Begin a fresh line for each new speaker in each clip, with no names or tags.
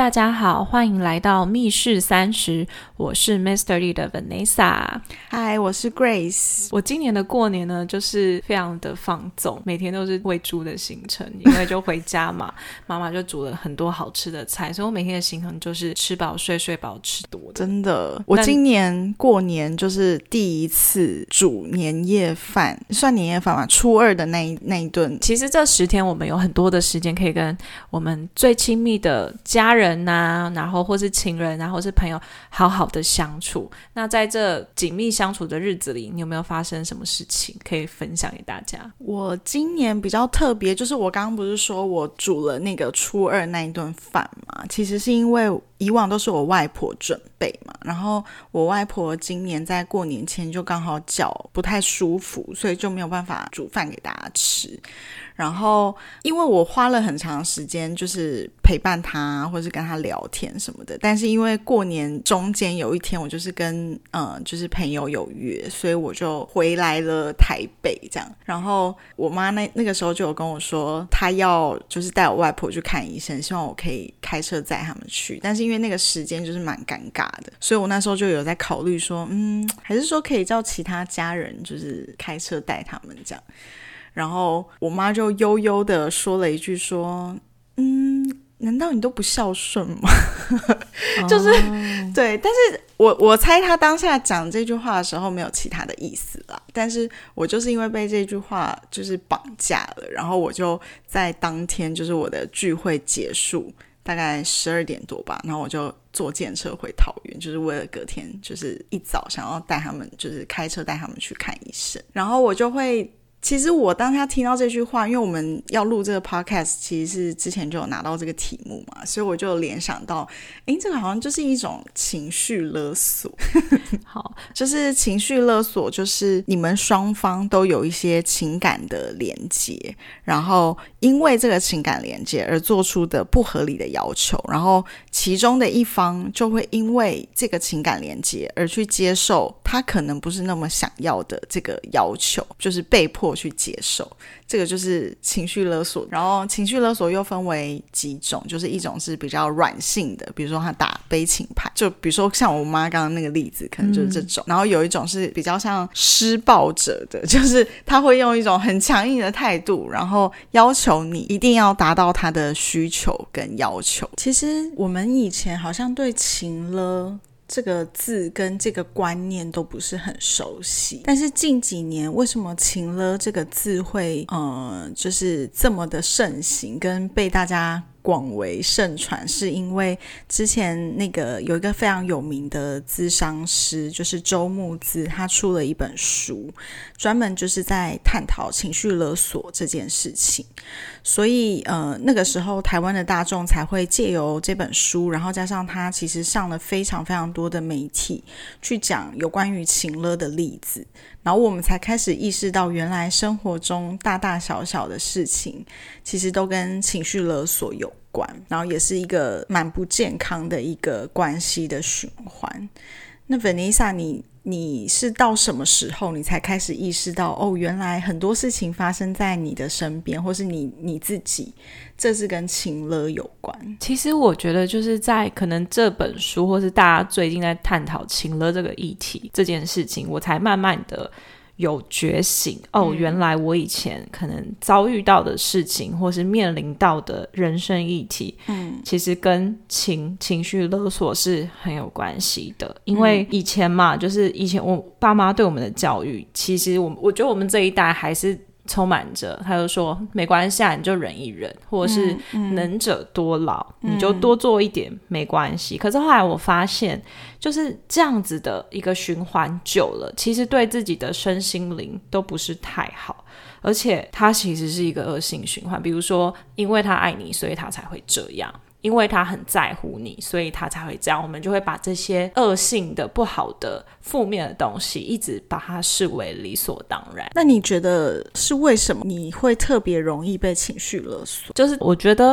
大家好，欢迎来到密室30，我是 Mystery 的 Vanessa。
嗨，我是 Grace。
我今年的过年呢就是非常的放纵，每天都是喂猪的行程，因为就回家嘛妈妈就煮了很多好吃的菜，所以我每天的行程就是吃饱睡，睡饱吃多的。
真的，我今年过年就是第一次煮年夜饭，算年夜饭嘛，初二的那一顿。
其实这10天我们有很多的时间可以跟我们最亲密的家人啊，然后或是情人啊，或是朋友好好的相处。那在这紧密相处的日子里，你有没有发生什么事情可以分享给大家？
我今年比较特别，就是我刚刚不是说我煮了那个初二那一顿饭嘛，其实是因为以往都是我外婆准备嘛，然后我外婆今年在过年前就刚好脚不太舒服，所以就没有办法煮饭给大家吃。然后因为我花了很长时间就是陪伴他或是跟他聊天什么的，但是因为过年中间有一天我就是跟就是朋友有约，所以我就回来了台北这样。然后我妈那个时候就有跟我说她要就是带我外婆去看医生，希望我可以开车载他们去，但是因为那个时间就是蛮尴尬的，所以我那时候就有在考虑说还是说可以叫其他家人就是开车带他们这样。然后我妈就悠悠的说了一句说难道你都不孝顺吗？就是对，但是我猜她当下讲这句话的时候没有其他的意思啦，但是我就是因为被这句话就是绑架了，然后我就在当天就是我的聚会结束大概12点多吧，然后我就坐电车回桃园，就是为了隔天就是一早想要带他们，就是开车带他们去看医生。然后我就会，其实我当下听到这句话，因为我们要录这个 podcast 其实是之前就有拿到这个题目嘛，所以我就联想到这个好像就是一种情绪勒索。好，就是情绪勒索，就是你们双方都有一些情感的连结，然后因为这个情感连结而做出的不合理的要求，然后其中的一方就会因为这个情感连结而去接受他可能不是那么想要的这个要求，就是被迫去接受，这个就是情绪勒索。然后情绪勒索又分为几种，就是一种是比较软性的，比如说他打悲情牌，就比如说像我妈刚刚那个例子可能就是这种，然后有一种是比较像施暴者的，就是他会用一种很强硬的态度，然后要求你一定要达到他的需求跟要求。其实我们以前好像对情勒这个字跟这个观念都不是很熟悉，但是近几年为什么情勒这个字会就是这么的盛行跟被大家广为盛传，是因为之前那个有一个非常有名的咨商师，就是周慕姿，他出了一本书，专门就是在探讨情绪勒索这件事情。所以那个时候台湾的大众才会借由这本书，然后加上他其实上了非常非常多的媒体去讲有关于情勒的例子，然后我们才开始意识到原来生活中大大小小的事情其实都跟情绪勒索有关，然后也是一个蛮不健康的一个关系的循环。那 Vanessa 你是到什么时候你才开始意识到原来很多事情发生在你的身边，或是你自己，这是跟情勒有关？
其实我觉得就是在可能这本书或是大家最近在探讨情勒这个议题这件事情，我才慢慢的有觉醒原来我以前可能遭遇到的事情或是面临到的人生议题其实跟情绪勒索是很有关系的。因为以前嘛，就是以前我爸妈对我们的教育，其实我觉得我们这一代还是充满着他就说没关系你就忍一忍，或者是能者多劳你就多做一点没关系。可是后来我发现就是这样子的一个循环久了，其实对自己的身心灵都不是太好，而且它其实是一个恶性循环。比如说因为他爱你所以他才会这样，因为他很在乎你所以他才会这样，我们就会把这些恶性的不好的负面的东西一直把它视为理所当然。
那你觉得是为什么你会特别容易被情绪勒索？
就是我觉得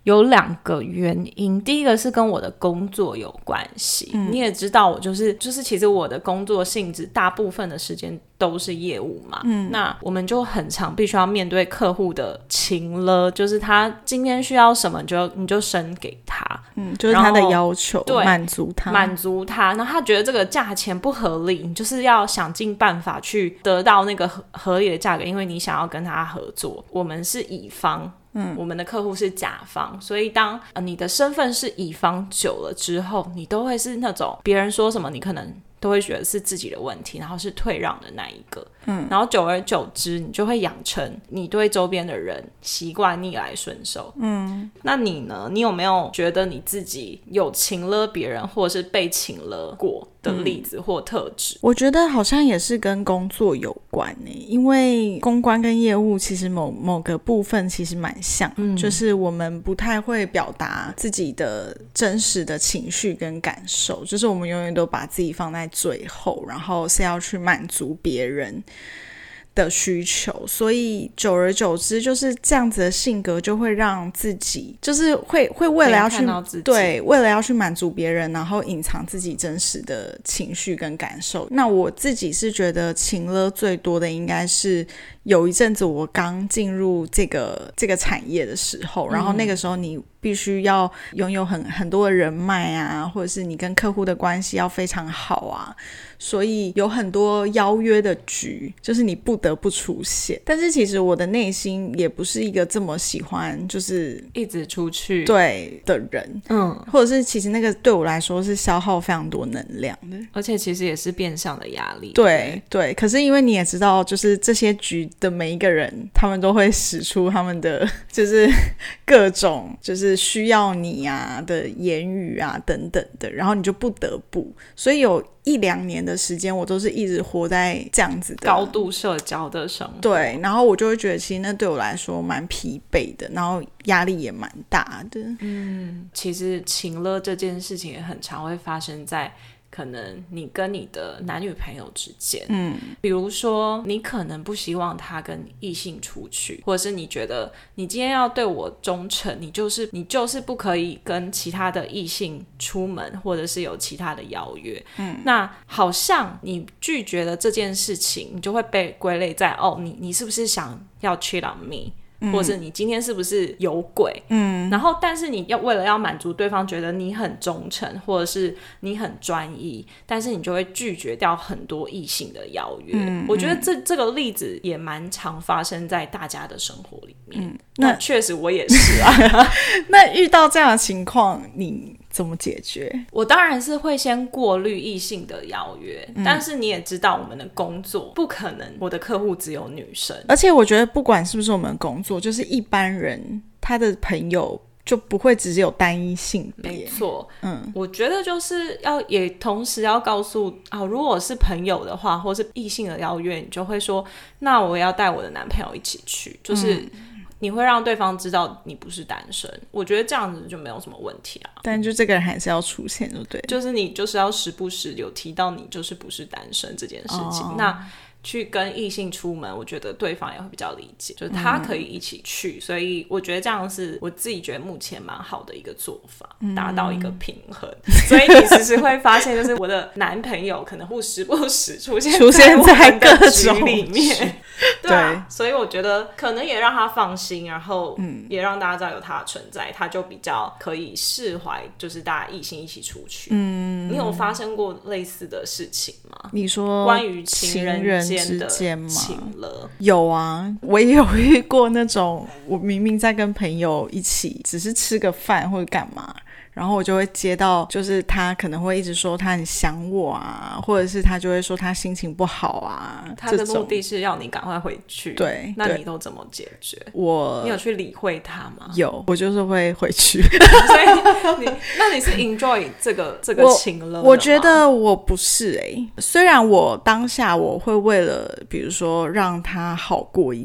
有2个原因，第一个是跟我的工作有关系，你也知道我就是其实我的工作性质大部分的时间都是业务嘛，那我们就很常必须要面对客户的情了，就是他今天需要什么你就生给他，
就是他的要求，满足他，然后他觉
得这个价钱不合理，你就是要想尽办法去得到那个合理的价格，因为你想要跟他合作，我们是乙方，我们的客户是甲方，所以当你的身份是乙方久了之后，你都会是那种别人说什么你可能都会觉得是自己的问题，然后是退让的那一个，然后久而久之你就会养成你对周边的人习惯逆来顺受。那你呢？你有没有觉得你自己有情勒别人或者是被情勒过的例子或特质？
我觉得好像也是跟工作有关因为公关跟业务其实某个部分其实蛮像，就是我们不太会表达自己的真实的情绪跟感受，就是我们永远都把自己放在最后，然后是要去满足别人的需求，所以久而久之就是这样子的性格就会让自己就是会为了要去对为了要去满足别人，然后隐藏自己真实的情绪跟感受。那我自己是觉得情勒最多的应该是有一阵子我刚进入这个产业的时候，然后那个时候你必须要拥有很多的人脉啊，或者是你跟客户的关系要非常好啊，所以有很多邀约的局就是你不得不出现。但是其实我的内心也不是一个这么喜欢就是
一直出去
对的人，或者是其实那个对我来说是消耗非常多能量的，
而且其实也是变相的压力。
对，可是因为你也知道就是这些局的每一个人他们都会使出他们的就是各种就是需要你啊的言语啊等等的，然后你就不得不，所以有1-2年的时间我都是一直活在这样子的
高度社交的生活。
对，然后我就会觉得其实那对我来说蛮疲惫的，然后压力也蛮大的。
其实情勒这件事情也很常会发生在可能你跟你的男女朋友之间，比如说你可能不希望他跟异性出去，或者是你觉得你今天要对我忠诚，你就是不可以跟其他的异性出门，或者是有其他的邀约，那好像你拒绝了这件事情，你就会被归类在你是不是想要 cheat on me，或者是你今天是不是有鬼，然后但是你要为了要满足对方觉得你很忠诚，或者是你很专一，但是你就会拒绝掉很多异性的邀约。我觉得这个例子也蛮常发生在大家的生活里面。那确实我也是啊。
那遇到这样的情况你怎么解决？
我当然是会先过滤异性的邀约，但是你也知道我们的工作不可能我的客户只有女生，
而且我觉得不管是不是我们的工作，就是一般人他的朋友就不会只有单一性别。
没错，我觉得就是也同时要告诉如果是朋友的话，或是异性的邀约，你就会说那我也要带我的男朋友一起去，就是你会让对方知道你不是单身，我觉得这样子就没有什么问题啊。
但就这个人还是要出现，对不对？
就是你就是要时不时有提到你就是不是单身这件事情，那去跟异性出门，我觉得对方也会比较理解，就是他可以一起去，所以我觉得这样是我自己觉得目前蛮好的一个做法，达到一个平衡。所以你其实会发现，就是我的男朋友可能会时不时出现在各种里面，对啊，所以我觉得可能也让他放心，然后也让大家知道有他的存在，他就比较可以释怀，就是大家异性一起出去。你有发生过类似的事情吗？
你说
关于情人
之间吗？
情勒
有啊，我也有遇过那种我明明在跟朋友一起只是吃个饭或者干嘛，然后我就会接到就是他可能会一直说他很想我啊，或者是他就会说他心情不好啊，
他的目的是要你赶快回去。
对，
那你都怎么解决？你有去理会他吗？
有，我就是会回去。
所以那你是 enjoy 这个情勒的吗？
我觉得我不是虽然我当下我会为了比如说让他好过一点，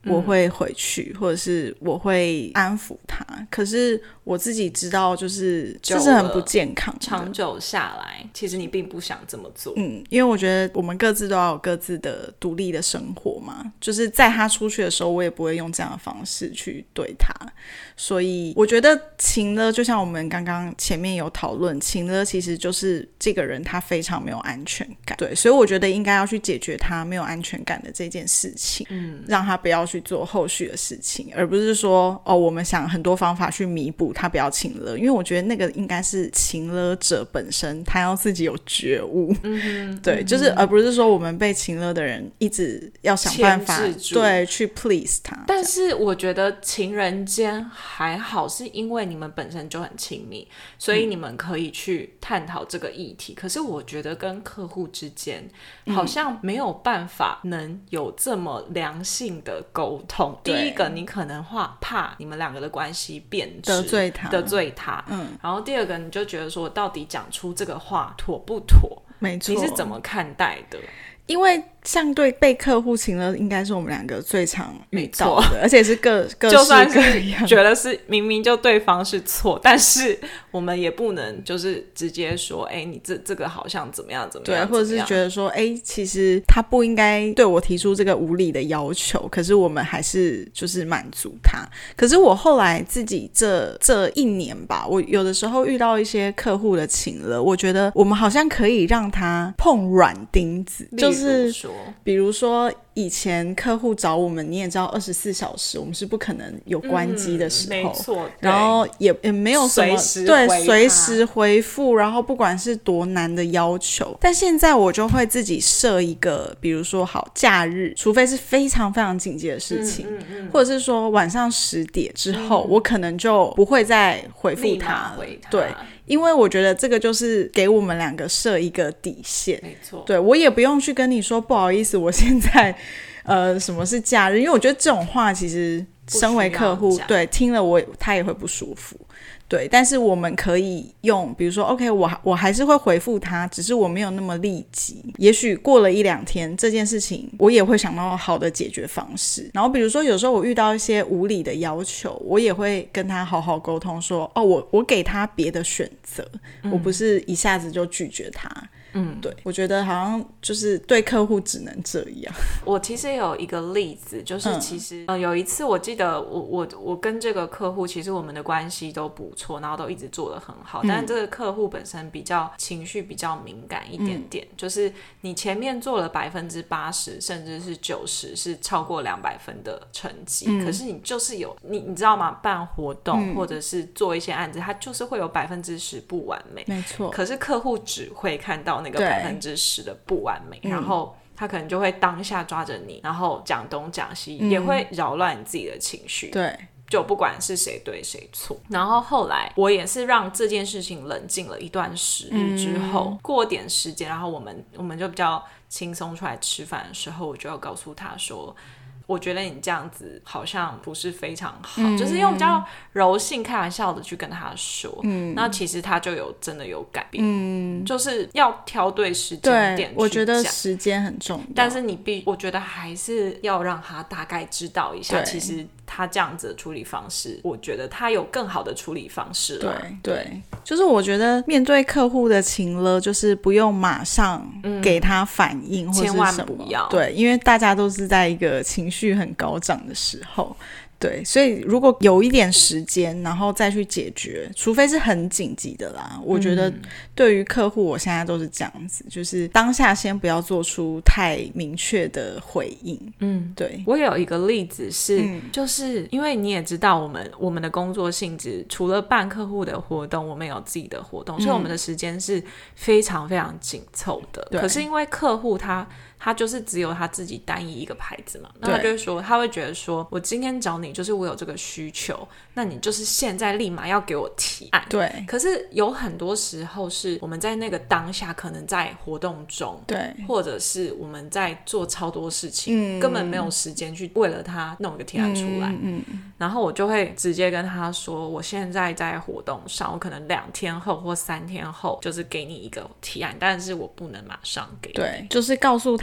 我会回去，或者是我会安抚他。可是我自己知道，就是这是很不健康的，
长久下来，其实你并不想这么做。
因为我觉得我们各自都要有各自的独立的生活嘛，就是在他出去的时候，我也不会用这样的方式去对他。所以我觉得情勒就像我们刚刚前面有讨论，情勒其实就是这个人他非常没有安全感，对，所以我觉得应该要去解决他没有安全感的这件事情，让他不要去做后续的事情，而不是说我们想很多方法去弥补他不要情勒，因为我觉得那个应该是情勒者本身他要自己有觉悟，对，就是而不是说我们被情勒的人一直要想办法对去 please 他。
但是我觉得情人间还好，是因为你们本身就很亲密，所以你们可以去探讨这个议题，可是我觉得跟客户之间好像没有办法能有这么良性的沟通。第一个你可能怕你们两个的关系变质，得罪他，然后第二个你就觉得说我到底讲出这个话妥不妥，
没错，
你是怎么看待的？
因为像对被客户情勒应该是我们两个最常遇到的，而且是各式各样，
就算是觉得是明明就对方是错，但是我们也不能就是直接说你这个好像怎么样怎么样，
对，或者是觉得说其实他不应该对我提出这个无理的要求，可是我们还是就是满足他。可是我后来自己这一年吧，我有的时候遇到一些客户的情勒，我觉得我们好像可以让他碰软钉子，就是比如说以前客户找我们，你也知道24小时我们是不可能有关机的时候，
没错，
然后也没有什么随时回复，然后不管是多难的要求，但现在我就会自己设一个，比如说好假日，除非是非常非常紧急的事情，或者是说晚上10点之后，我可能就不会再回复他了，对，因为我觉得这个就是给我们两个设一个底线，
没错，
对，我也不用去跟你说不好意思我现在什么是假日，因为我觉得这种话其实身为客户对听了他也会不舒服，对，但是我们可以用比如说 OK 我还是会回复他，只是我没有那么立即，也许过了1-2天这件事情我也会想到好的解决方式，然后比如说有时候我遇到一些无理的要求，我也会跟他好好沟通说我给他别的选择，我不是一下子就拒绝他，对，我觉得好像就是对客户只能这样。
我其实有一个例子，就是其实有一次我记得我跟这个客户其实我们的关系都不错，然后都一直做得很好，但是这个客户本身比较情绪比较敏感一点点，就是你前面做了80%甚至是90%是超过200分的成绩，可是你就是有你知道吗，办活动或者是做一些案子，它就是会有10%不完美，
没错，
可是客户只会看到那个10%的不完美，然后他可能就会当下抓着你，然后讲东讲西，也会扰乱你自己的情绪，
对，
就不管是谁对谁错。然后后来我也是让这件事情冷静了一段时日之后，过点时间，然后我们就比较轻松出来吃饭的时候，我就要告诉他说我觉得你这样子好像不是非常好，就是用比较柔性开玩笑的去跟他说，那其实他就真的有改变，就是要挑对时间点去讲，
我觉得时间很重要，
但是我觉得还是要让他大概知道一下，其实他这样子的处理方式，我觉得他有更好的处理方式啦，
对，就是我觉得面对客户的情勒，就是不用马上给他反应或是什么，
千万不要，
对，因为大家都是在一个情绪很高涨的时候，对，所以如果有一点时间然后再去解决，除非是很紧急的啦，我觉得对于客户我现在都是这样子，就是当下先不要做出太明确的回应。对，
我有一个例子是，就是因为你也知道我们的工作性质，除了办客户的活动，我们有自己的活动，所以我们的时间是非常非常紧凑的，可是因为客户他就是只有他自己单一一个牌子嘛，那他就会说，他会觉得说我今天找你就是我有这个需求，那你就是现在立马要给我提案，
对，
可是有很多时候是我们在那个当下可能在活动中，
对，
或者是我们在做超多事情，根本没有时间去为了他弄一个提案出来，然后我就会直接跟他说我现在在活动上，我可能2天后或3天后就是给你一个提案，但是我不能马上给你，
对，就是告诉他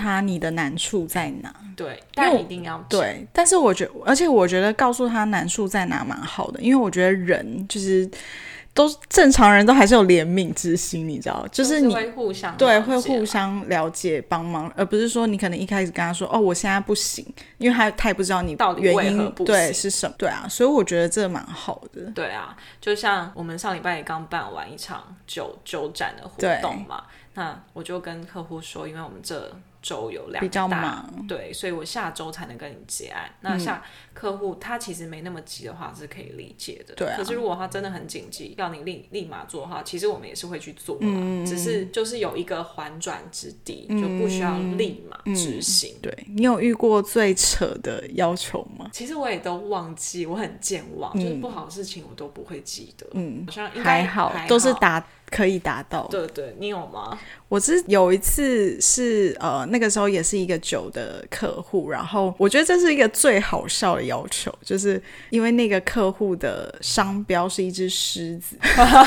他你的难处在哪。
对，但一定要讲。
对，但是而且我觉得告诉他难处在哪蛮好的，因为我觉得人就是都正常人都还是有怜悯之心，你知道，就是你
会互相
对会互相了解帮忙，而不是说你可能一开始跟他说我现在不行，因为他也不知道你
到底
原因
为何不行
对是什么。对啊，所以我觉得这蛮好的。
对啊，就像我们上礼拜也刚办完一场酒展的活动嘛，那我就跟客户说，因为我们这周有2大
比较忙，
对，所以我下周才能跟你结案。那像客户他其实没那么急的话是可以理解的，
对啊。
可是如果他真的很紧急，要你立马做的话，其实我们也是会去做嘛，只是就是有一个缓转之地，就不需要立马执行。
对，你有遇过最扯的要求吗？
其实我也都忘记，我很健忘，就是不好的事情我都不会记得。好像应
该
还好，
都是可以达到。
对对，你有吗？
我是有一次是那个时候也是一个酒的客户，然后我觉得这是一个最好笑的要求，就是因为那个客户的商标是一只狮子。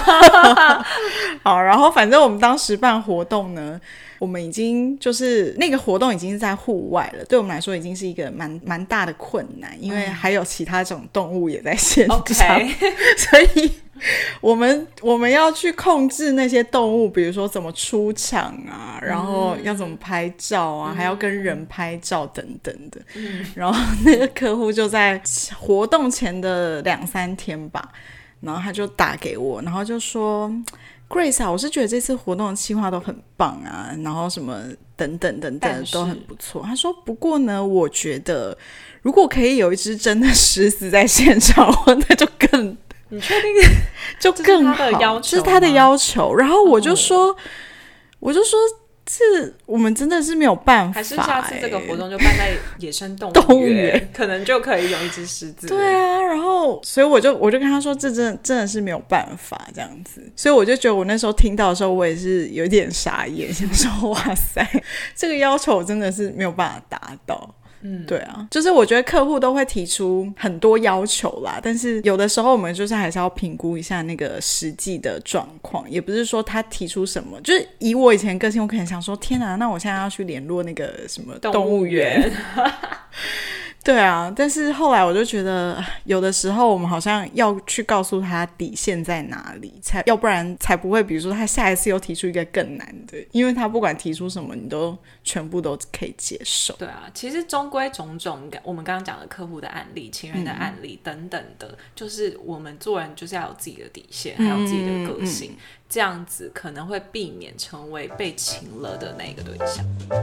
好，然后反正我们当时办活动呢，我们已经就是那个活动已经是在户外了，对我们来说已经是一个蛮大的困难，因为还有其他种动物也在现场，所以我们要去控制那些动物，比如说怎么出场啊，然后要怎么拍照啊，还要跟人拍照等等的。然后那个客户就在活动前的2-3天吧，然后他就打给我，然后就说Grace 啊，我是觉得这次活动的企划都很棒啊，然后什么等等等等都很不错。他说不过呢，我觉得如果可以有一只真的狮子在现场，那就更
你确定
就更好，这是他的要求。然后我就说这我们真的是没有办法，
还是下次这个活动就办在野生动物园可能就可以有一只狮子。
对啊，然后所以我就跟他说这真的是没有办法这样子。所以我就觉得我那时候听到的时候我也是有点傻眼，想说哇塞，这个要求真的是没有办法达到。对啊，就是我觉得客户都会提出很多要求啦，但是有的时候我们就是还是要评估一下那个实际的状况，也不是说他提出什么，就是以我以前个性，我可能想说天啊，那我现在要去联络那个什么动物园对啊，但是后来我就觉得有的时候我们好像要去告诉他底线在哪里，要不然才不会比如说他下一次又提出一个更难的，因为他不管提出什么你都全部都可以接受。
对啊，其实中规种种我们刚刚讲的客户的案例、情人的案例等等的，就是我们做人就是要有自己的底线，还有自己的个性，这样子可能会避免成为被情了的那个对象。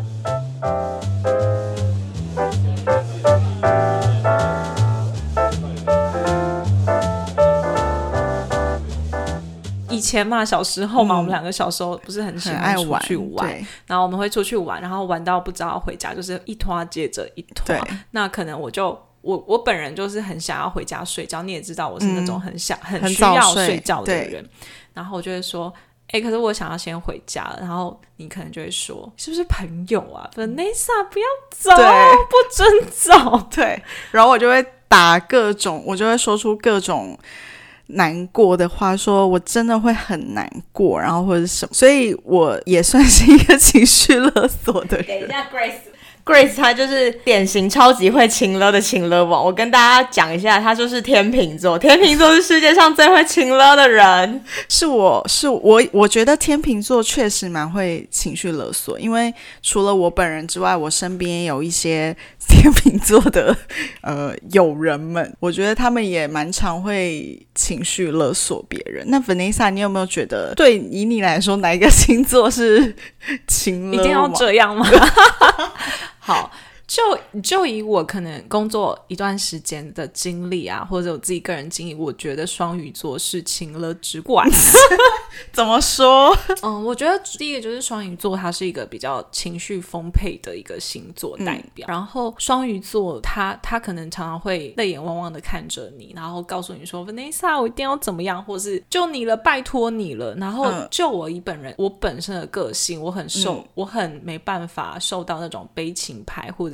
以前嘛，小时候嘛，我们2个小时候不是很喜欢出去玩，然后我们会出去玩，然后玩到不知道回家，就是一拖接着一拖。那可能我本人就是很想要回家睡觉，你也知道我是那种很需要睡觉的人，然后我就会说可是我想要先回家了，然后你可能就会说是不是朋友啊 Vanessa 不要走，不准走。
对，然后我就会我就会说出各种难过的话，说我真的会很难过，然后或者是什么，所以我也算是一个情绪勒索的人。
等一下 Grace 她就是典型超级会情勒的情勒王，我跟大家讲一下，她就是天秤座，天秤座是世界上最会情勒的人。
我觉得天秤座确实蛮会情绪勒索，因为除了我本人之外，我身边也有一些天秤座的友人们，我觉得他们也蛮常会情绪勒索别人。那 Vanessa 你有没有觉得对以你来说哪一个星座是情勒王？
一定要这样吗？好，就以我可能工作一段时间的经历啊，或者我自己个人经历，我觉得双鱼座是情勒之冠。
怎么说？
我觉得第一个就是双鱼座，它是一个比较情绪丰沛的一个星座代表。然后双鱼座他可能常常会泪眼汪汪的看着你，然后告诉你说 Vanessa 我一定要怎么样，或是就你了，拜托你了。然后就我本身的个性，我很没办法受到那种悲情牌或者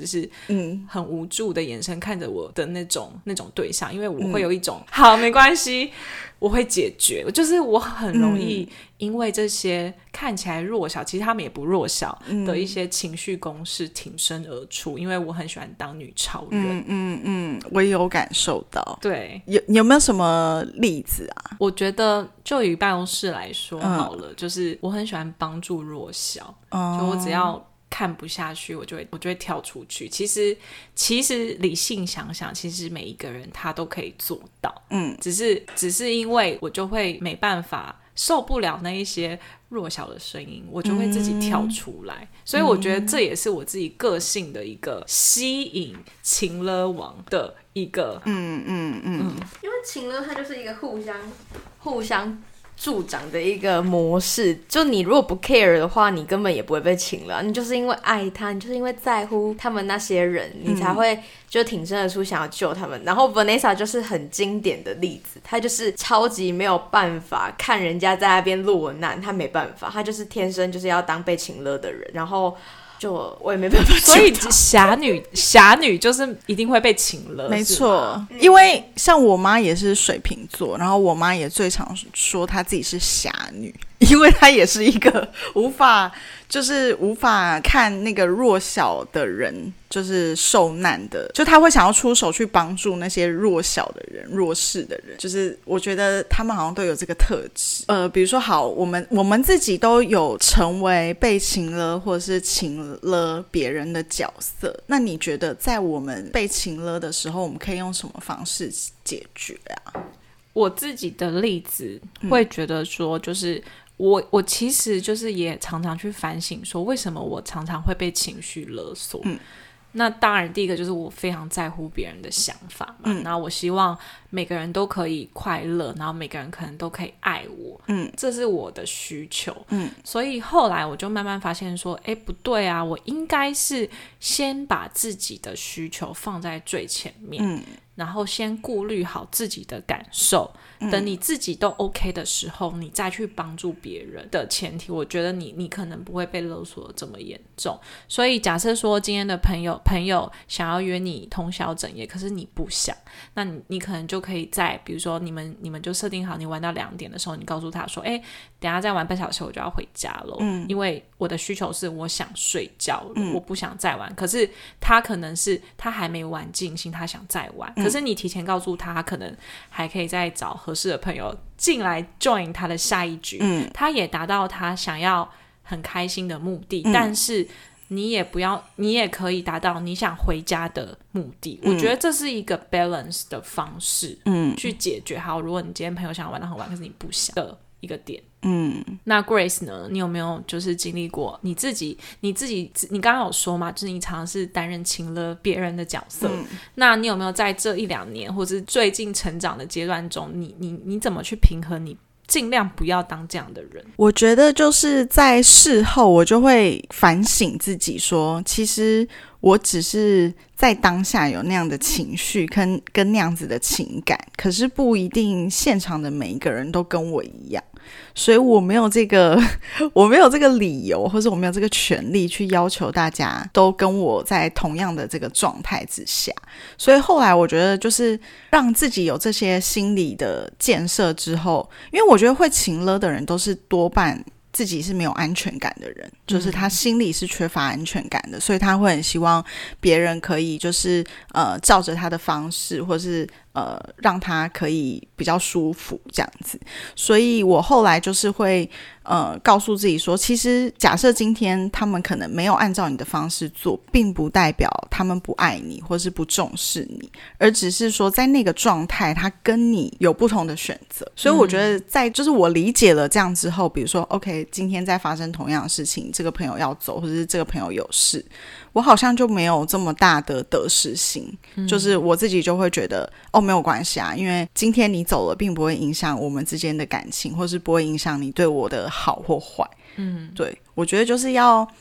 者是很无助的眼神看着我的那种对象，因为我会有一种好没关系我会解决，就是我很容易因为这些看起来弱小其实他们也不弱小的一些情绪攻势挺身而出，因为我很喜欢当女超人。
我也有感受到。
对，
有没有什么例子啊？
我觉得就以办公室来说好了，就是我很喜欢帮助弱小，就我只要看不下去我就会跳出去。其实理性想想，其实每一个人他都可以做到，只是因为我就会没办法受不了那一些弱小的声音，我就会自己跳出来。所以我觉得这也是我自己个性的一个吸引情勒王的一个
因为情勒它就是一个互相助长的一个模式，就你如果不 care 的话，你根本也不会被情了。你就是因为爱他，你就是因为在乎他们那些人，你才会就挺身而出想要救他们。然后 Vanessa 就是很经典的例子，他就是超级没有办法看人家在那边落难，他没办法，他就是天生就是要当被情勒的人，然后就我也没办法救他。
所以侠女就是一定会被情勒，
没错。因为像我妈也是水瓶座，然后我妈也最常说她自己是侠女，因为她也是一个无法看那个弱小的人就是受难的，就她会想要出手去帮助那些弱小的人、弱势的人，就是我觉得他们好像都有这个特质。比如说好，我们自己都有成为被情勒或者是情勒别人的角色，那你觉得在我们被情勒的时候，我们可以用什么方式解决啊？
我自己的例子会觉得说，就是我其实就是也常常去反省说，为什么我常常会被情绪勒索。那当然第一个就是我非常在乎别人的想法嘛，然后我希望每个人都可以快乐，然后每个人可能都可以爱我，这是我的需求。所以后来我就慢慢发现说，不对啊，我应该是先把自己的需求放在最前面，然后先顾虑好自己的感受，等你自己都 OK 的时候，你再去帮助别人的前提，我觉得你可能不会被勒索的这么严重。所以假设说今天的朋友想要约你通宵整夜，可是你不想，那你可能就可以在比如说你们就设定好，你玩到2点的时候，你告诉他说，等一下再玩半小时我就要回家了，因为我的需求是我想睡觉了，我不想再玩。可是他可能是他还没玩尽兴，他想再玩，可是你提前告诉他，他可能还可以再找合适的朋友进来 join 他的下一局，他也达到他想要很开心的目的，但是你也可以达到你想回家的目的。我觉得这是一个 balance 的方式，去解决好如果你今天朋友想玩到很晚，可是你不想的一个点。那 Grace 呢？你有没有就是经历过你自己你刚刚有说嘛，就是你常常是担任情勒别人的角色，那你有没有在这1-2年或是最近成长的阶段中，你怎么去平衡你尽量不要当这样的人？
我觉得就是在事后我就会反省自己说，其实我只是在当下有那样的情绪跟那样子的情感，可是不一定现场的每一个人都跟我一样，所以我没有这个理由，或者我没有这个权利去要求大家都跟我在同样的这个状态之下。所以后来我觉得就是让自己有这些心理的建设之后，因为我觉得会情勒的人都是多半自己是没有安全感的人，就是他心里是缺乏安全感的，所以他会很希望别人可以就是照着他的方式，或是让他可以比较舒服这样子。所以我后来就是会告诉自己说，其实假设今天他们可能没有按照你的方式做，并不代表他们不爱你或是不重视你，而只是说在那个状态他跟你有不同的选择。所以我觉得在就是我理解了这样之后，比如说 OK 今天在发生同样的事情，这个朋友要走或者是这个朋友有事，我好像就没有这么大的得失心，就是我自己就会觉得没有关系啊，因为今天你走了并不会影响我们之间的感情，或是不会影响你对我的好或坏。对，我觉得就是要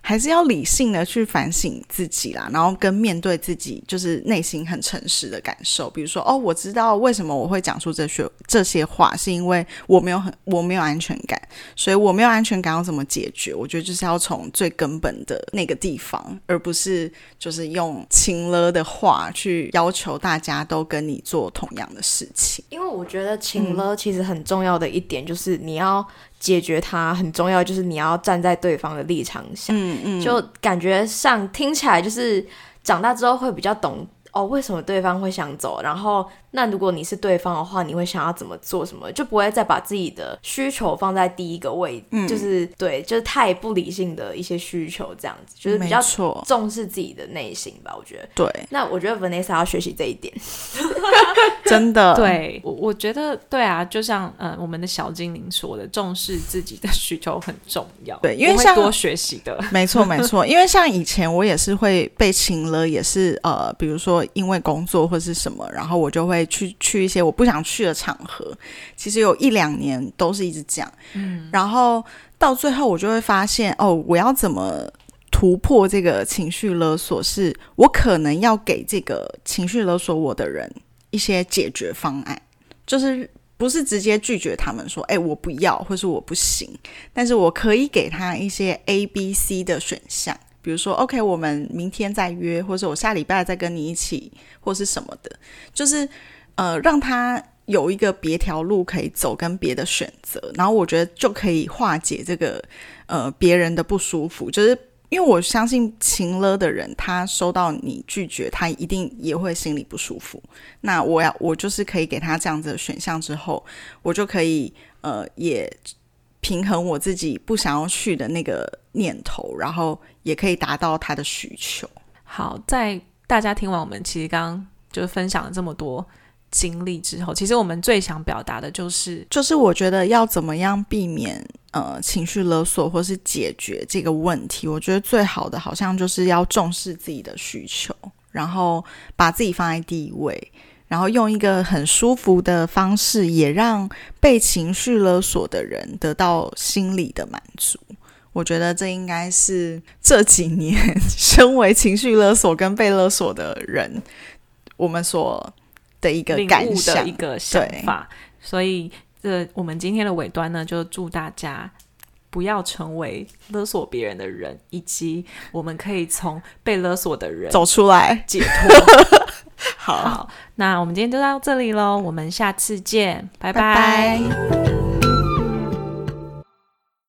还是要理性的去反省自己啦，然后跟面对自己就是内心很诚实的感受。比如说我知道为什么我会讲出这些话，是因为我没有安全感，所以我没有安全感要怎么解决？我觉得就是要从最根本的那个地方，而不是就是用情勒的话去要求大家都跟你做同样的事情。
因为我觉得情勒其实很重要的一点就是你要解决它，很重要就是你要站在对方的立场想。就感觉上听起来就是长大之后会比较懂为什么对方会想走，然后那如果你是对方的话，你会想要怎么做什么，就不会再把自己的需求放在第一个位置，就是对，就是太不理性的一些需求这样子，就是比较重视自己的内心吧，我觉得。
对，
那我觉得 Vanessa 要学习这一点。
真的。
对，我觉得对啊，就像我们的小精灵说的，重视自己的需求很重要。
对，因为像
我会多学习的。
没错没错，因为像以前我也是会被情勒，也是比如说因为工作或是什么，然后我就会去一些我不想去的场合，其实有1-2年都是一直这样。然后到最后我就会发现我要怎么突破这个情绪勒索，是我可能要给这个情绪勒索我的人一些解决方案，就是不是直接拒绝他们说我不要或是我不行，但是我可以给他一些 A、B、C 的选项，比如说 OK 我们明天再约，或者我下礼拜再跟你一起或是什么的，就是让他有一个别条路可以走跟别的选择，然后我觉得就可以化解这个别人的不舒服。就是因为我相信情勒的人，他收到你拒绝，他一定也会心里不舒服。那我就是可以给他这样子的选项之后，我就可以也平衡我自己不想要去的那个念头，然后也可以达到他的需求。
好，在大家听完我们其实刚刚就分享了这么多经历之后，其实我们最想表达的就是
我觉得要怎么样避免情绪勒索或是解决这个问题，我觉得最好的好像就是要重视自己的需求，然后把自己放在第一位，然后用一个很舒服的方式，也让被情绪勒索的人得到心理的满足。我觉得这应该是这几年身为情绪勒索跟被勒索的人我们所的一个感想，
领悟的一个想法。所以我们今天的尾端呢，就祝大家不要成为勒索别人的人，以及我们可以从被勒索的人
走出来
解脱。
好，
那我们今天就到这里咯，我们下次见，拜
拜拜。